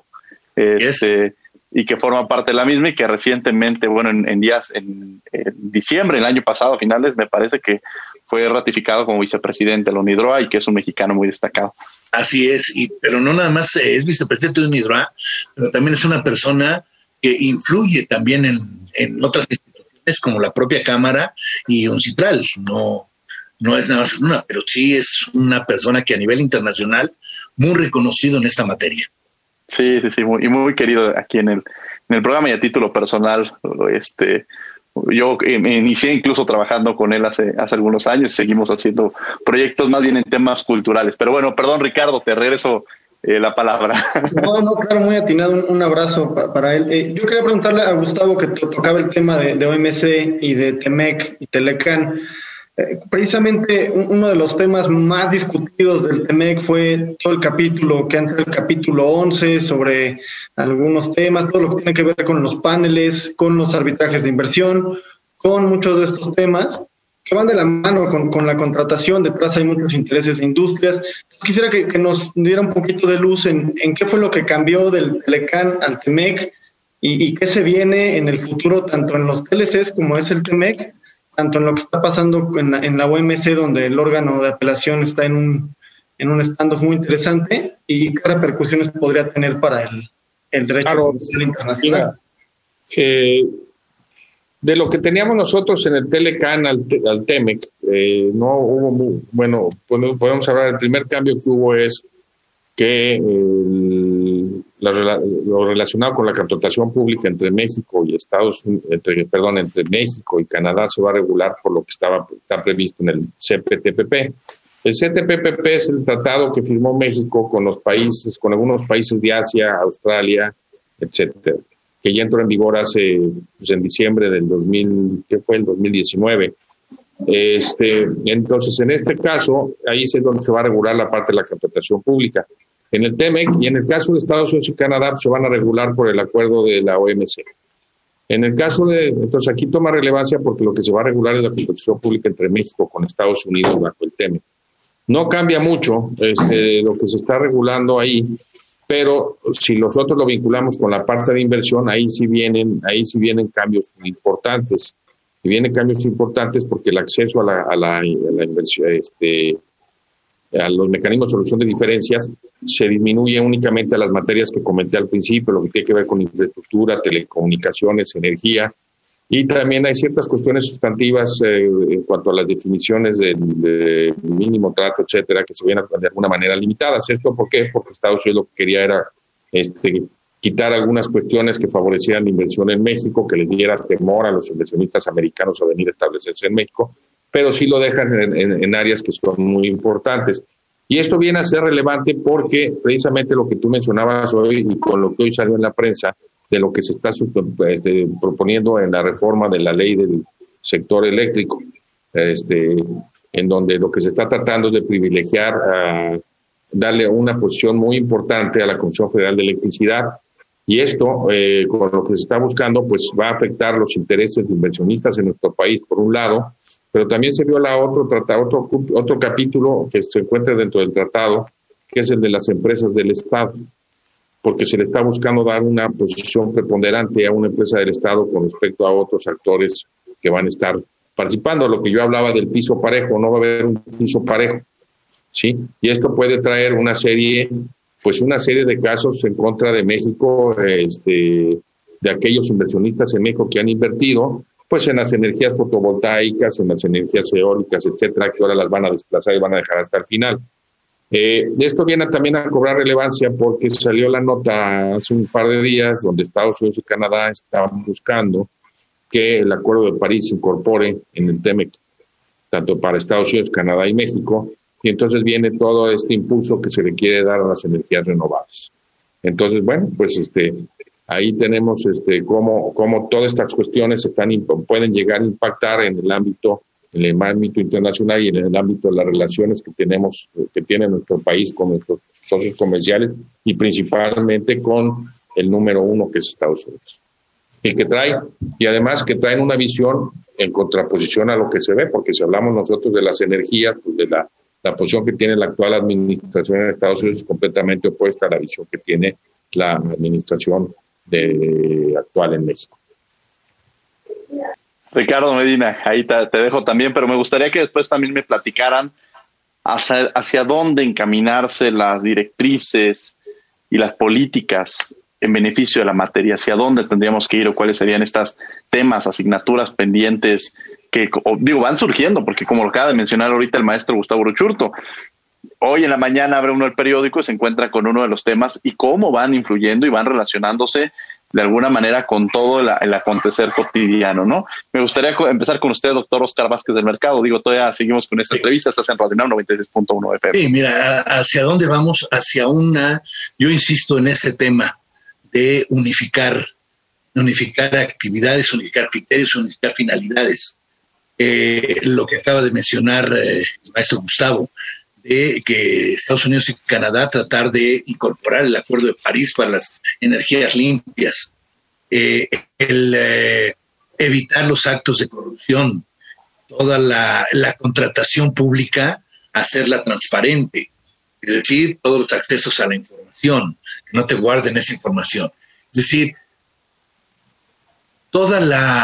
y que forma parte de la misma y que recientemente, en diciembre del año pasado, a finales, me parece que fue ratificado como vicepresidente de la UNIDROIT y que es un mexicano muy destacado. Así es, pero no nada más es vicepresidente de UNIDROIT, pero también es una persona que influye también en otras instituciones como la propia Cámara y UNCITRAL. No es nada más una, pero sí es una persona que a nivel internacional muy reconocido en esta materia. Sí, muy querido aquí en el programa y a título personal. Yo me inicié incluso trabajando con él hace algunos años. Seguimos haciendo proyectos más bien en temas culturales. Pero bueno, perdón, Ricardo, te regreso la palabra. No, claro, muy atinado. Un abrazo para él. Yo quería preguntarle a Gustavo, que tocaba el tema de OMC y de TEMEC y Telecán. Precisamente uno de los temas más discutidos del TEMEC fue todo el capítulo que antes del capítulo 11 sobre algunos temas, todo lo que tiene que ver con los paneles, con los arbitrajes de inversión, con muchos de estos temas que van de la mano con la contratación. Detrás hay muchos intereses de industrias. Quisiera que nos diera un poquito de luz en qué fue lo que cambió del Telecán al TEMEC y qué se viene en el futuro, tanto en los TLCs como es el TEMEC, tanto en lo que está pasando en la OMC, donde el órgano de apelación está en un standoff muy interesante, y qué repercusiones podría tener para el derecho comercial internacional. Mira, de lo que teníamos nosotros en el Telecán al TEMEC, no hubo podemos hablar, el primer cambio que hubo es que lo relacionado con la contratación pública entre México y entre México y Canadá se va a regular por lo que está previsto en el CPTPP. El CPTPP es el tratado que firmó México con algunos países de Asia, Australia, etcétera, que ya entró en vigor en diciembre del 2019. Entonces, en este caso, ahí es donde se va a regular la parte de la contratación pública. En el TEMEC y en el caso de Estados Unidos y Canadá se van a regular por el acuerdo de la OMC. En el caso entonces aquí toma relevancia porque lo que se va a regular es la contratación pública entre México con Estados Unidos bajo el TEMEC. No cambia mucho lo que se está regulando ahí, Pero si nosotros lo vinculamos con la parte de inversión, ahí sí vienen cambios importantes. Y vienen cambios importantes porque el acceso a la inversión, a los mecanismos de solución de diferencias se disminuye únicamente a las materias que comenté al principio, lo que tiene que ver con infraestructura, telecomunicaciones, energía, y también hay ciertas cuestiones sustantivas en cuanto a las definiciones de mínimo trato, etcétera, que se ven de alguna manera limitadas. ¿Esto por qué? Porque Estados Unidos lo que quería era quitar algunas cuestiones que favorecieran la inversión en México, que les diera temor a los inversionistas americanos a venir a establecerse en México, pero sí lo dejan en áreas que son muy importantes. Y esto viene a ser relevante porque precisamente lo que tú mencionabas hoy y con lo que hoy salió en la prensa, de lo que se está proponiendo en la reforma de la ley del sector eléctrico, en donde lo que se está tratando es de privilegiar, darle una posición muy importante a la Comisión Federal de Electricidad, y esto, con lo que se está buscando, pues va a afectar los intereses de inversionistas en nuestro país, por un lado, pero también se viola otro capítulo que se encuentra dentro del tratado, que es el de las empresas del Estado, porque se le está buscando dar una posición preponderante a una empresa del Estado con respecto a otros actores que van a estar participando. Lo que yo hablaba del piso parejo, no va a haber un piso parejo, ¿sí? Y esto puede traer una serie de casos en contra de México, de aquellos inversionistas en México que han invertido pues en las energías fotovoltaicas, en las energías eólicas, etcétera, que ahora las van a desplazar y van a dejar hasta el final. Esto viene también a cobrar relevancia porque salió la nota hace un par de días donde Estados Unidos y Canadá estaban buscando que el Acuerdo de París se incorpore en el TEMEC, tanto para Estados Unidos, Canadá y México, y entonces viene todo este impulso que se le quiere dar a las energías renovables. Entonces, bueno, pues ahí tenemos cómo todas estas cuestiones pueden llegar a impactar en el ámbito internacional y en el ámbito de las relaciones que tiene nuestro país con nuestros socios comerciales y principalmente con el número uno, que es Estados Unidos. Y además que traen una visión en contraposición a lo que se ve, porque si hablamos nosotros de las energías, pues de la posición que tiene la actual administración en Estados Unidos es completamente opuesta a la visión que tiene la administración actual en México. Ricardo Medina, ahí te dejo también, pero me gustaría que después también me platicaran hacia dónde encaminarse las directrices y las políticas en beneficio de la materia, hacia dónde tendríamos que ir o cuáles serían estos temas, asignaturas pendientes que van surgiendo, porque como lo acaba de mencionar ahorita el maestro Gustavo Uruchurtu, hoy en la mañana abre uno el periódico y se encuentra con uno de los temas y cómo van influyendo y van relacionándose de alguna manera con todo el acontecer cotidiano, ¿no? Me gustaría empezar con usted, doctor Oscar Vázquez del Mercado. Todavía seguimos con esta entrevista, estás en Radio UNAM 96.1 FM. Sí, mira, ¿hacia dónde vamos? Yo insisto en ese tema de unificar actividades, unificar criterios, unificar finalidades. Lo que acaba de mencionar el maestro Gustavo, de que Estados Unidos y Canadá tratar de incorporar el Acuerdo de París para las energías limpias, evitar los actos de corrupción, toda la contratación pública, hacerla transparente, es decir, todos los accesos a la información, que no te guarden esa información. Es decir, toda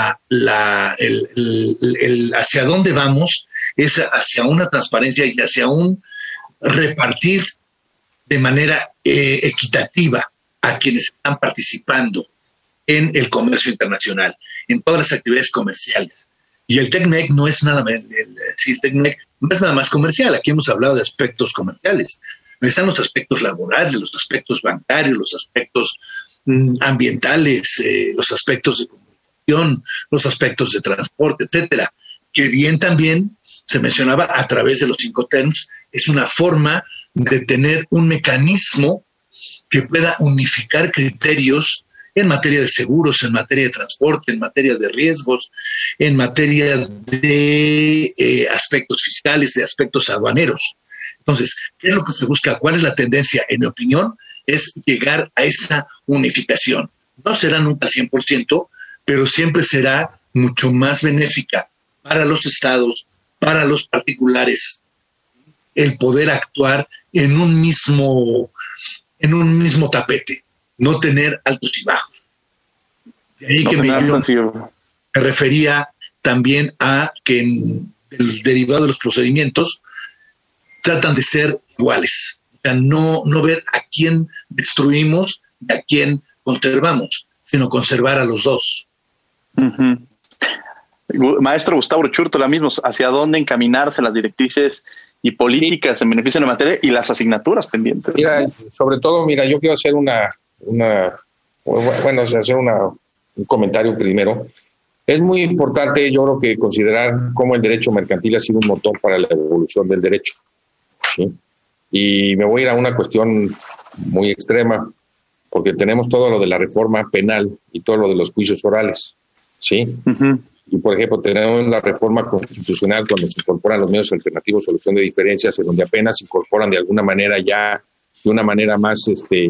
hacia dónde vamos es hacia una transparencia y hacia un repartir de manera equitativa a quienes están participando en el comercio internacional, en todas las actividades comerciales. Y el TECMEC no es nada más comercial. Aquí hemos hablado de aspectos comerciales. Están los aspectos laborales, los aspectos bancarios, los aspectos ambientales, los aspectos de comunicación, los aspectos de transporte, etcétera. Que bien también se mencionaba a través de los Incoterms, es una forma de tener un mecanismo que pueda unificar criterios en materia de seguros, en materia de transporte, en materia de riesgos, en materia de aspectos fiscales, de aspectos aduaneros. Entonces, ¿qué es lo que se busca? ¿Cuál es la tendencia? En mi opinión, es llegar a esa unificación. No será nunca 100%, pero siempre será mucho más benéfica para los estados, para los particulares, el poder actuar en un mismo en un mismo tapete, no tener altos y bajos. De ahí que me refería también a que en el derivado de los procedimientos tratan de ser iguales, o sea, no ver a quién destruimos y a quién conservamos, sino conservar a los dos. Uh-huh. Maestro Gustavo Uruchurtu, mismo, ¿hacia dónde encaminarse las directrices y políticas en beneficio de la materia y las asignaturas pendientes? Mira, sobre todo, yo quiero hacer un comentario primero. Es muy importante, yo creo que considerar cómo el derecho mercantil ha sido un motor para la evolución del derecho, ¿sí? Y me voy a ir a una cuestión muy extrema, porque tenemos todo lo de la reforma penal y todo lo de los juicios orales, ¿sí? Uh-huh. Y, por ejemplo, tenemos la reforma constitucional cuando se incorporan los medios alternativos, solución de diferencias, en donde apenas se incorporan de alguna manera ya, de una manera más,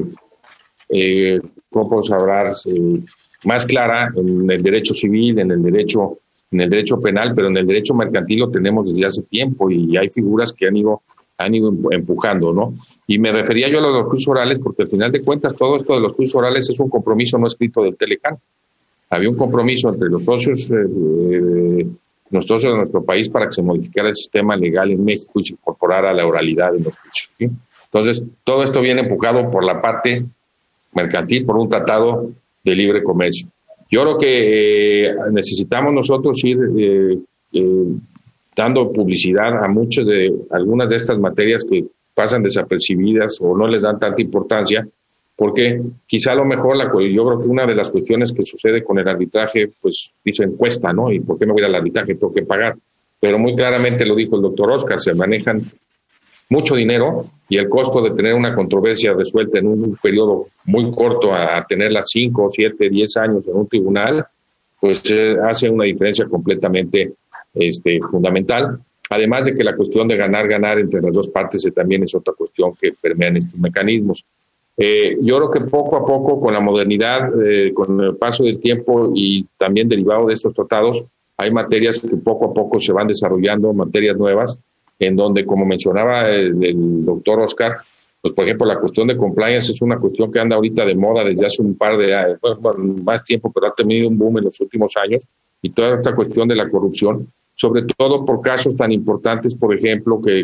¿cómo podemos hablar? Más clara en el derecho civil, en el derecho penal, pero en el derecho mercantil lo tenemos desde hace tiempo y hay figuras que han ido empujando, ¿no? Y me refería yo a los juicios orales porque al final de cuentas todo esto de los juicios orales es un compromiso no escrito del Telecán. Había un compromiso entre los socios de nuestro país para que se modificara el sistema legal en México y se incorporara la oralidad en los juicios, ¿sí? Entonces, todo esto viene empujado por la parte mercantil, por un tratado de libre comercio. Yo creo que necesitamos nosotros ir dando publicidad a algunas de estas materias que pasan desapercibidas o no les dan tanta importancia, porque quizá a lo mejor yo creo que una de las cuestiones que sucede con el arbitraje, pues dicen cuesta, ¿no? ¿Y por qué me voy al arbitraje? Tengo que pagar. Pero muy claramente lo dijo el doctor Oscar, se manejan mucho dinero y el costo de tener una controversia resuelta en un periodo muy corto a tenerla 5, 7, 10 años en un tribunal, pues hace una diferencia completamente fundamental. Además de que la cuestión de ganar entre las dos partes también es otra cuestión que permea en estos mecanismos. Yo creo que poco a poco, con la modernidad, con el paso del tiempo y también derivado de estos tratados, hay materias que poco a poco se van desarrollando, materias nuevas, en donde, como mencionaba el doctor Oscar, pues por ejemplo la cuestión de compliance es una cuestión que anda ahorita de moda desde hace un par de años, más tiempo, pero ha tenido un boom en los últimos años, y toda esta cuestión de la corrupción, sobre todo por casos tan importantes, por ejemplo, que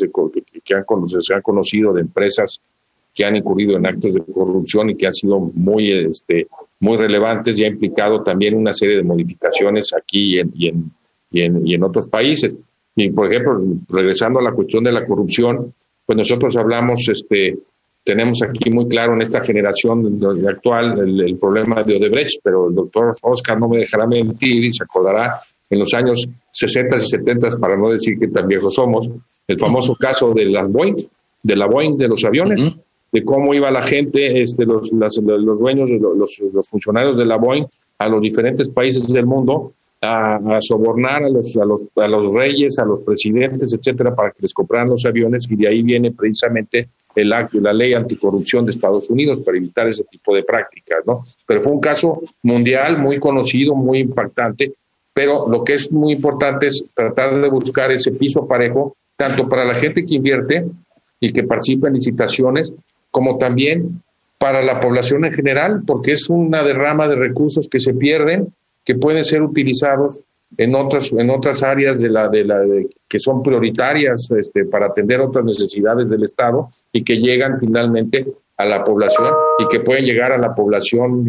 se han conocido de empresas que han incurrido en actos de corrupción y que han sido muy relevantes y ha implicado también una serie de modificaciones aquí y en otros países. Y, por ejemplo, regresando a la cuestión de la corrupción, pues nosotros hablamos, tenemos aquí muy claro en esta generación actual el problema de Odebrecht, pero el doctor Oscar no me dejará mentir y se acordará en los años 60 y 70, para no decir que tan viejos somos, el famoso caso de la Boeing de los aviones, uh-huh, de cómo iba la gente, los dueños, los funcionarios de la Boeing a los diferentes países del mundo a sobornar a los reyes, a los presidentes, etcétera, para que les compraran los aviones, y de ahí viene precisamente la ley anticorrupción de Estados Unidos para evitar ese tipo de prácticas, ¿no? Pero fue un caso mundial muy conocido, muy impactante, pero lo que es muy importante es tratar de buscar ese piso parejo, tanto para la gente que invierte y que participa en licitaciones, como también para la población en general, porque es una derrama de recursos que se pierden, que pueden ser utilizados en otras áreas que son prioritarias para atender otras necesidades del Estado y que llegan finalmente a la población y que pueden llegar a la población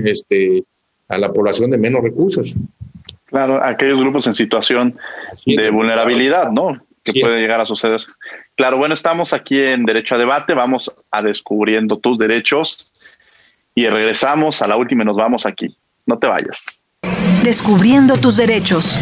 de menos recursos. Claro, aquellos grupos en situación de vulnerabilidad, ¿no? Que puede llegar a suceder. Claro, bueno, estamos aquí en Derecho a Debate, vamos a Descubriendo tus Derechos y regresamos a la última y nos vamos aquí. No te vayas. Descubriendo tus derechos.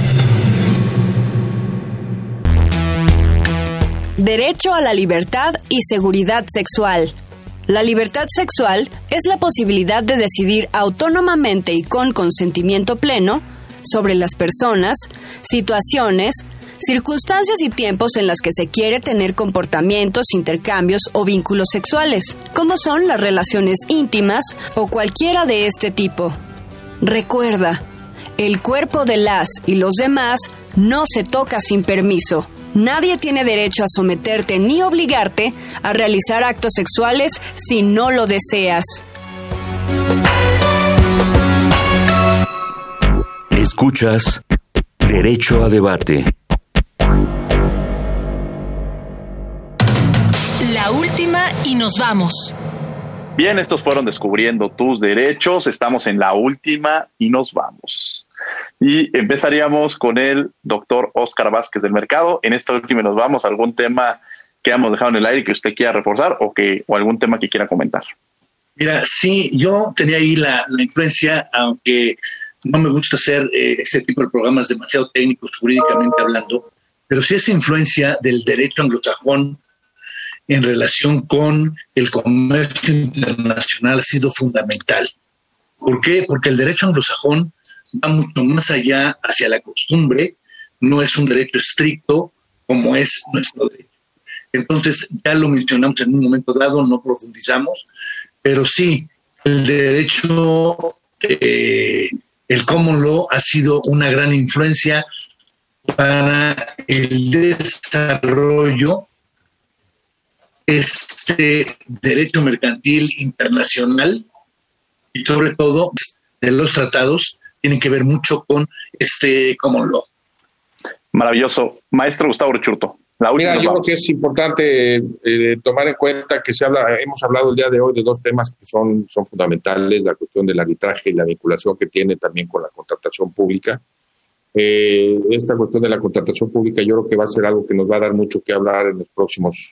Derecho a la libertad y seguridad sexual. La libertad sexual es la posibilidad de decidir autónomamente y con consentimiento pleno sobre las personas, situaciones, circunstancias y tiempos en las que se quiere tener comportamientos, intercambios o vínculos sexuales, como son las relaciones íntimas o cualquiera de este tipo. Recuerda, el cuerpo de las y los demás no se toca sin permiso. Nadie tiene derecho a someterte ni obligarte a realizar actos sexuales si no lo deseas. Escuchas Derecho a Debate. La última y nos vamos. Bien, estos fueron Descubriendo tus Derechos. Estamos en la última y nos vamos. Y empezaríamos con el doctor Óscar Vázquez del Mercado. En esta última y nos vamos. ¿Algún tema que hemos dejado en el aire que usted quiera reforzar o algún tema que quiera comentar? Mira, sí, yo tenía ahí la influencia, aunque no me gusta hacer este tipo de programas demasiado técnicos jurídicamente hablando, pero sí esa influencia del derecho anglosajón en relación con el comercio internacional ha sido fundamental. ¿Por qué? Porque el derecho anglosajón va mucho más allá hacia la costumbre, no es un derecho estricto como es nuestro derecho. Entonces, ya lo mencionamos en un momento dado, no profundizamos, pero sí, el derecho, el common law ha sido una gran influencia para el desarrollo este derecho mercantil internacional y sobre todo de los tratados tienen que ver mucho con este common law. Maravilloso. Maestro Gustavo Uruchurtu. Mira, yo creo que es importante tomar en cuenta que hemos hablado el día de hoy de dos temas que son fundamentales, la cuestión del arbitraje y la vinculación que tiene también con la contratación pública. Esta cuestión de la contratación pública yo creo que va a ser algo que nos va a dar mucho que hablar en los próximos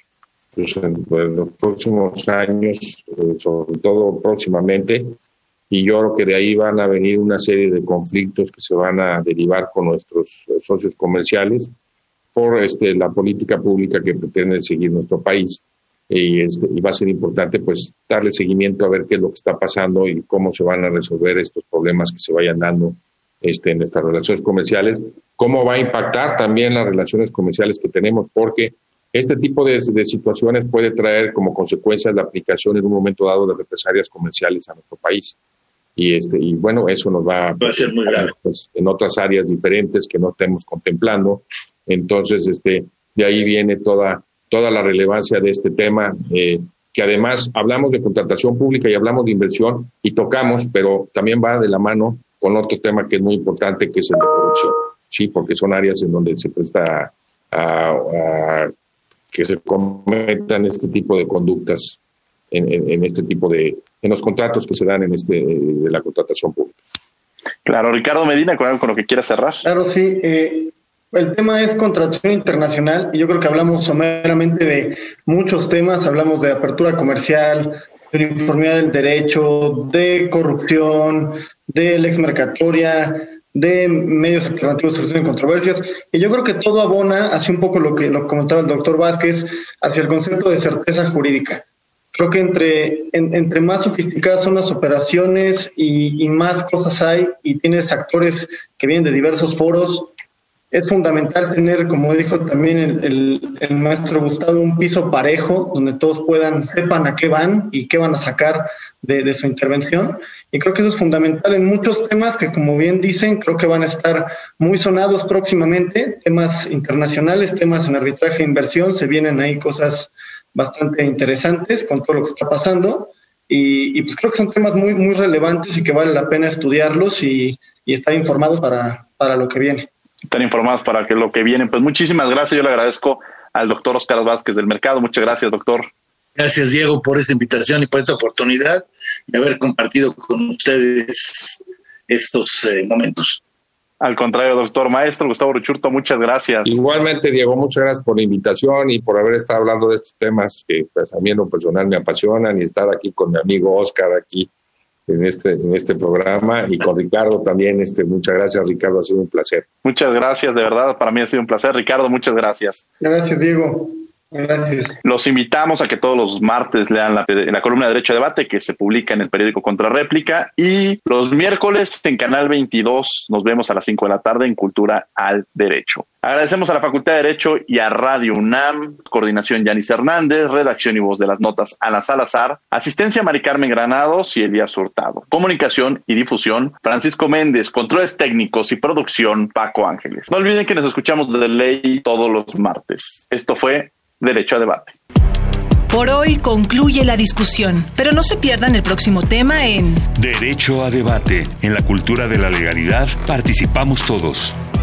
años, sobre todo próximamente, y yo creo que de ahí van a venir una serie de conflictos que se van a derivar con nuestros socios comerciales por la política pública que pretende seguir nuestro país, y va a ser importante pues darle seguimiento a ver qué es lo que está pasando y cómo se van a resolver estos problemas que se vayan dando en nuestras relaciones comerciales, cómo va a impactar también las relaciones comerciales que tenemos, porque este tipo de situaciones puede traer como consecuencia la aplicación en un momento dado de represalias comerciales a nuestro país. Y bueno, eso nos va a ser muy grave pues, en otras áreas diferentes que no estemos contemplando. Entonces, de ahí viene toda la relevancia de este tema, que además hablamos de contratación pública y hablamos de inversión y tocamos, pero también va de la mano con otro tema que es muy importante, que es el de corrupción, sí, porque son áreas en donde se presta a que se cometan este tipo de conductas en este tipo en los contratos que se dan de la contratación pública. Claro, Ricardo Medina, con lo que quiera cerrar. Claro, sí. El tema es contratación internacional y yo creo que hablamos someramente de muchos temas. Hablamos de apertura comercial, de uniformidad del derecho, de corrupción, de lex mercatoria, de medios alternativos de solución de controversias, y yo creo que todo abona hacia un poco lo que comentaba el doctor Vázquez, hacia el concepto de certeza jurídica. Creo que entre más sofisticadas son las operaciones y más cosas hay, y tienes actores que vienen de diversos foros, es fundamental tener, como dijo también el maestro Gustavo, un piso parejo, donde todos sepan a qué van y qué van a sacar de su intervención. Y creo que eso es fundamental en muchos temas que, como bien dicen, creo que van a estar muy sonados próximamente, temas internacionales, temas en arbitraje e inversión, se vienen ahí cosas bastante interesantes con todo lo que está pasando, y pues creo que son temas muy, muy relevantes y que vale la pena estudiarlos y estar informados para lo que viene. Están informados para lo que viene. Pues muchísimas gracias, yo le agradezco al doctor Óscar Vázquez del Mercado. Muchas gracias, doctor. Gracias, Diego, por esta invitación y por esta oportunidad de haber compartido con ustedes estos momentos. Al contrario, doctor. Maestro Gustavo Uruchurtu, muchas gracias. Igualmente, Diego, muchas gracias por la invitación y por haber estado hablando de estos temas que pues, a mí en lo personal me apasionan, y estar aquí con mi amigo Óscar aquí en este programa, y con Ricardo también. Muchas gracias, Ricardo, ha sido un placer. Muchas gracias, de verdad, para mí ha sido un placer. Ricardo, muchas gracias. Gracias, Diego. Gracias. Los invitamos a que todos los martes lean la columna de Derecho a Debate que se publica en el periódico Contrarréplica, y los miércoles en Canal 22 nos vemos a las 5 de la tarde en Cultura al Derecho. Agradecemos a la Facultad de Derecho y a Radio UNAM, coordinación Yanis Hernández, redacción y voz de las notas Ana Salazar, asistencia Mari Carmen Granados y Elías Hurtado, comunicación y difusión Francisco Méndez, controles técnicos y producción Paco Ángeles. No olviden que nos escuchamos de ley todos los martes. Esto fue Derecho a Debate. Por hoy concluye la discusión, pero no se pierdan el próximo tema en Derecho a Debate. En la cultura de la legalidad participamos todos.